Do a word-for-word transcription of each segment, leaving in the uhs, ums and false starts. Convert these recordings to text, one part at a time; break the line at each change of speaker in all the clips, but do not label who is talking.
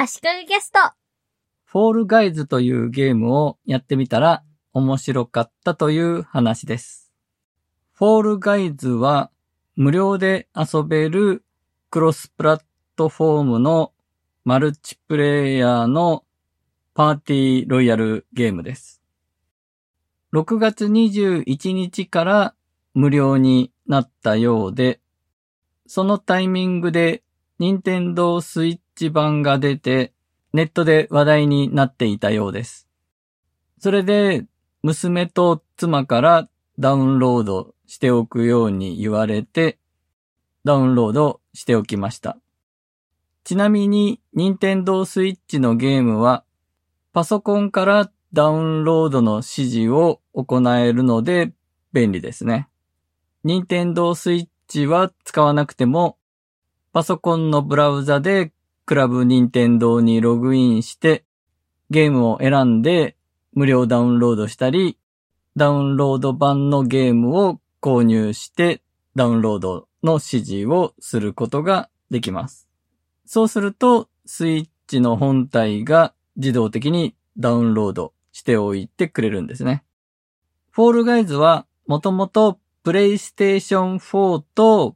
足利ゲスト。
フォールガイズというゲームをやってみたら面白かったという話です。フォールガイズは無料で遊べるクロスプラットフォームのマルチプレイヤーのパーティーロイヤルゲームです。ろくがつにじゅういちにちから無料になったようで、そのタイミングで任天堂スイッチ版が出てネットで話題になっていたようです。それで娘と妻からダウンロードしておくように言われてダウンロードしておきました。ちなみに任天堂スイッチのゲームはパソコンからダウンロードの指示を行えるので便利ですね。任天堂スイッチは使わなくてもパソコンのブラウザでクラブ任天堂にログインしてゲームを選んで無料ダウンロードしたり、ダウンロード版のゲームを購入してダウンロードの指示をすることができます。そうするとスイッチの本体が自動的にダウンロードしておいてくれるんですね。フォールガイズはもともとプレイステーションフォーと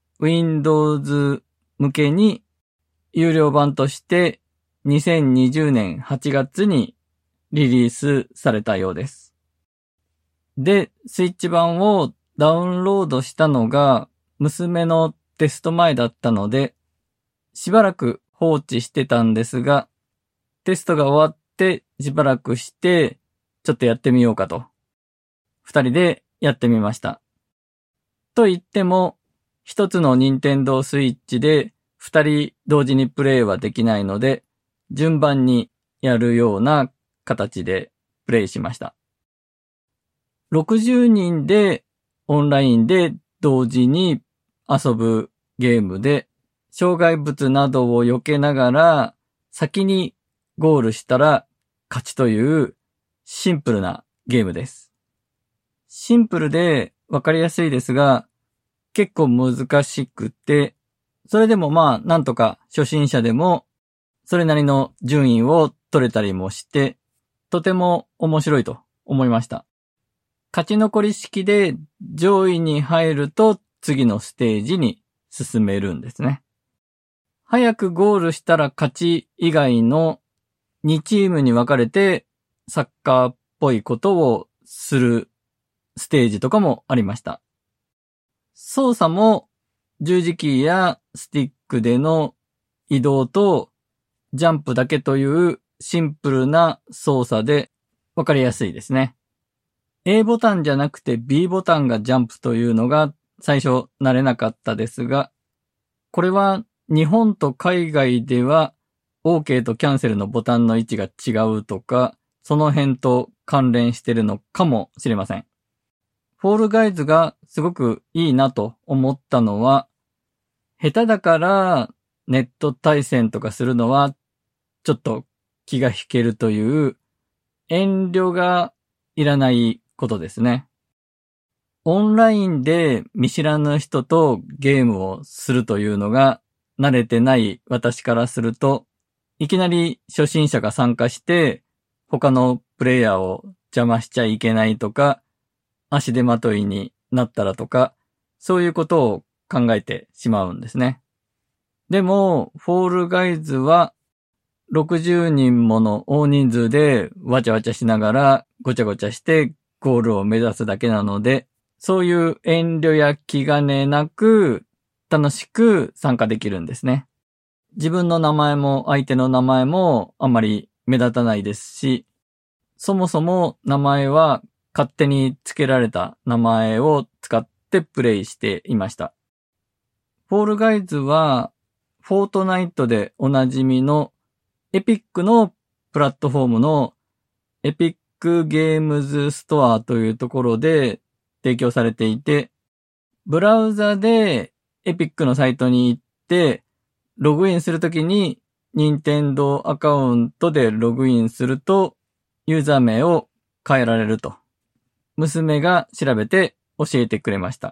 Windows 向けに有料版としてにせんにじゅうねんはちがつにリリースされたようです。で、スイッチ版をダウンロードしたのが娘のテスト前だったので、しばらく放置してたんですが、テストが終わってしばらくして、ちょっとやってみようかと。二人でやってみました。と言っても、一つの任天堂スイッチで二人同時にプレイはできないので、順番にやるような形でプレイしました。ろくじゅうにんでオンラインで同時に遊ぶゲームで、障害物などを避けながら先にゴールしたら勝ちというシンプルなゲームです。シンプルでわかりやすいですが、結構難しくて、それでもまあなんとか初心者でもそれなりの順位を取れたりもして、とても面白いと思いました。勝ち残り式で上位に入ると次のステージに進めるんですね。早くゴールしたら勝ち以外のにチームに分かれてサッカーっぽいことをするステージとかもありました。操作も十字キーやスティックでの移動とジャンプだけというシンプルな操作で分かりやすいですね。A ボタンじゃなくて B ボタンがジャンプというのが最初慣れなかったですが、これは日本と海外では OK とキャンセルのボタンの位置が違うとか、その辺と関連しているのかもしれません。フォールガイズがすごくいいなと思ったのは、下手だからネット対戦とかするのはちょっと気が引けるという遠慮がいらないことですね。オンラインで見知らぬ人とゲームをするというのが慣れてない私からすると、いきなり初心者が参加して他のプレイヤーを邪魔しちゃいけないとか、足手まといになったらとか、そういうことを考えてしまうんですね。でも、フォールガイズはろくじゅうにんもの大人数でわちゃわちゃしながらごちゃごちゃしてゴールを目指すだけなので、そういう遠慮や気兼ねなく楽しく参加できるんですね。自分の名前も相手の名前もあんまり目立たないですし、そもそも名前は勝手に付けられた名前を使ってプレイしていました。フォールガイズはフォートナイトでおなじみのエピックのプラットフォームのエピックゲームズストアというところで提供されていて、ブラウザでエピックのサイトに行ってログインするときに任天堂アカウントでログインするとユーザー名を変えられると娘が調べて教えてくれました。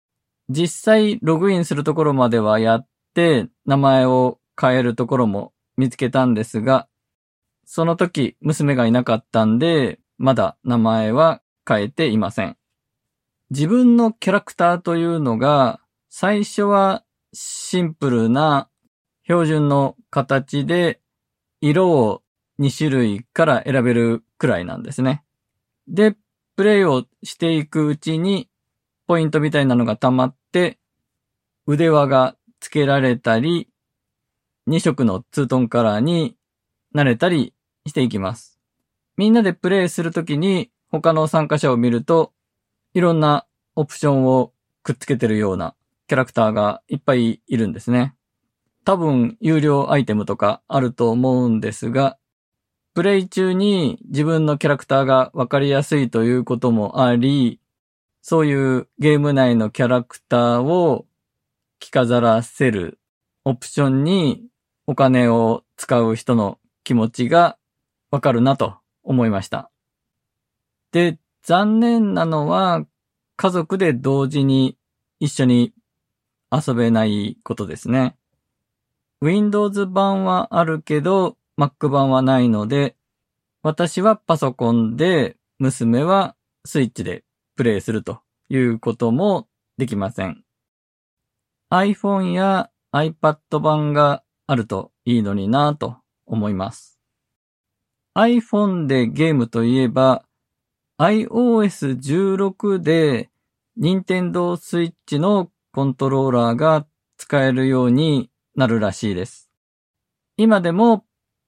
実際ログインするところまではやって名前を変えるところも見つけたんですが、その時娘がいなかったんで、まだ名前は変えていません。自分のキャラクターというのが、最初はシンプルな標準の形で、色をに種類から選べるくらいなんですね。で、プレイをしていくうちに、ポイントみたいなのが溜まって、腕輪がつけられたり、に色のツートンカラーになれたりしていきます。みんなでプレイするときに他の参加者を見ると、いろんなオプションをくっつけてるようなキャラクターがいっぱいいるんですね。多分有料アイテムとかあると思うんですが、プレイ中に自分のキャラクターがわかりやすいということもあり、そういうゲーム内のキャラクターを着飾らせるオプションにお金を使う人の気持ちがわかるなと思いました。で、残念なのは家族で同時に一緒に遊べないことですね。Windows 版はあるけど Mac 版はないので、私はパソコンで、娘はスイッチでプレイするということもできません。iPhone や iPad 版があるといいのになぁと思います。iPhone でゲームといえば、アイオーエスじゅうろく で Nintendo Switch のコントローラーが使えるようになるらしいです。今でも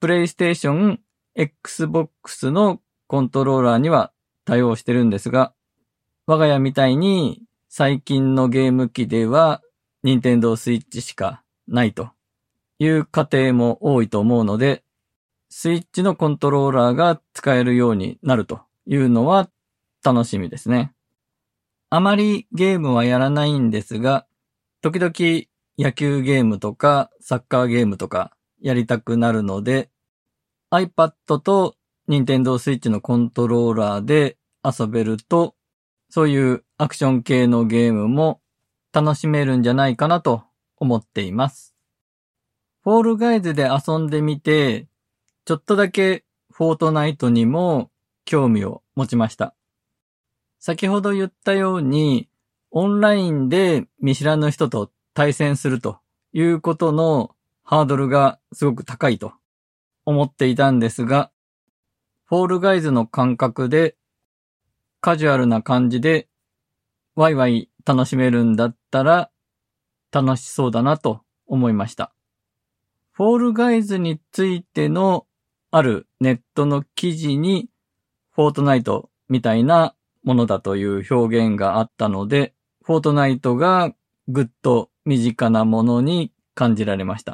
PlayStation、Xbox のコントローラーには対応してるんですが、我が家みたいに最近のゲーム機では Nintendo Switch しかないという家庭も多いと思うので、スイッチのコントローラーが使えるようになるというのは楽しみですね。あまりゲームはやらないんですが、時々野球ゲームとかサッカーゲームとかやりたくなるので、iPad と Nintendo Switch のコントローラーで遊べると、そういうアクション系のゲームも楽しめるんじゃないかなと思っています。フォールガイズで遊んでみて、ちょっとだけフォートナイトにも興味を持ちました。先ほど言ったように、オンラインで見知らぬ人と対戦するということのハードルがすごく高いと思っていたんですが、フォールガイズの感覚でカジュアルな感じでワイワイ楽しめるんだったら楽しそうだなと思いました。フォールガイズについてのあるネットの記事にフォートナイトみたいなものだという表現があったので、フォートナイトがぐっと身近なものに感じられました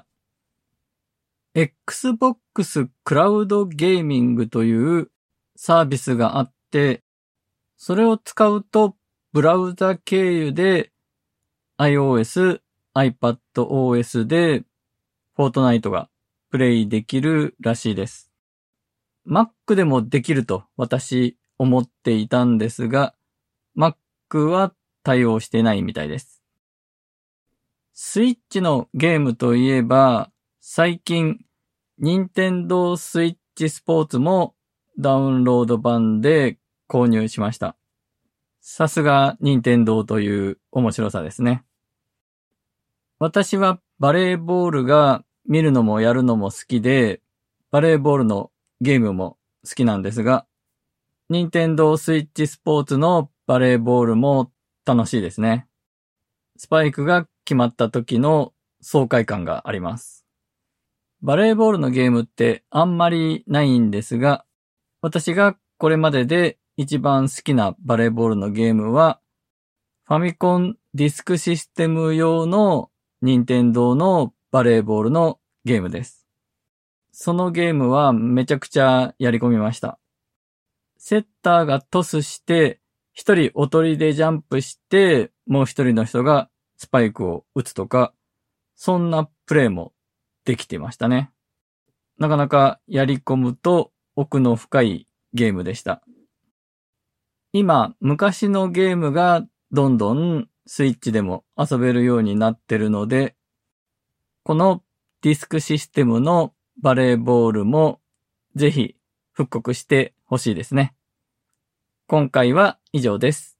。Xbox クラウドゲーミングというサービスがあって、それを使うとブラウザ経由で iOS、iPadOS でフォートナイトがプレイできるらしいです。Mac でもできると私思っていたんですが、Mac は対応してないみたいです。スイッチのゲームといえば、最近、Nintendo Switch Sports もダウンロード版で購入しました。さすが任天堂という面白さですね。私はバレーボールが見るのもやるのも好きで、バレーボールのゲームも好きなんですが、任天堂スイッチスポーツのバレーボールも楽しいですね。スパイクが決まった時の爽快感があります。バレーボールのゲームってあんまりないんですが、私がこれまでで一番好きなバレーボールのゲームは、ファミコンディスクシステム用の任天堂のバレーボールのゲームです。そのゲームはめちゃくちゃやり込みました。セッターがトスして、一人おとりでジャンプして、もう一人の人がスパイクを打つとか、そんなプレイもできてましたね。なかなかやり込むと奥の深いゲームでした。今、昔のゲームがどんどんスイッチでも遊べるようになってるので、このディスクシステムのバレーボールもぜひ復刻してほしいですね。今回は以上です。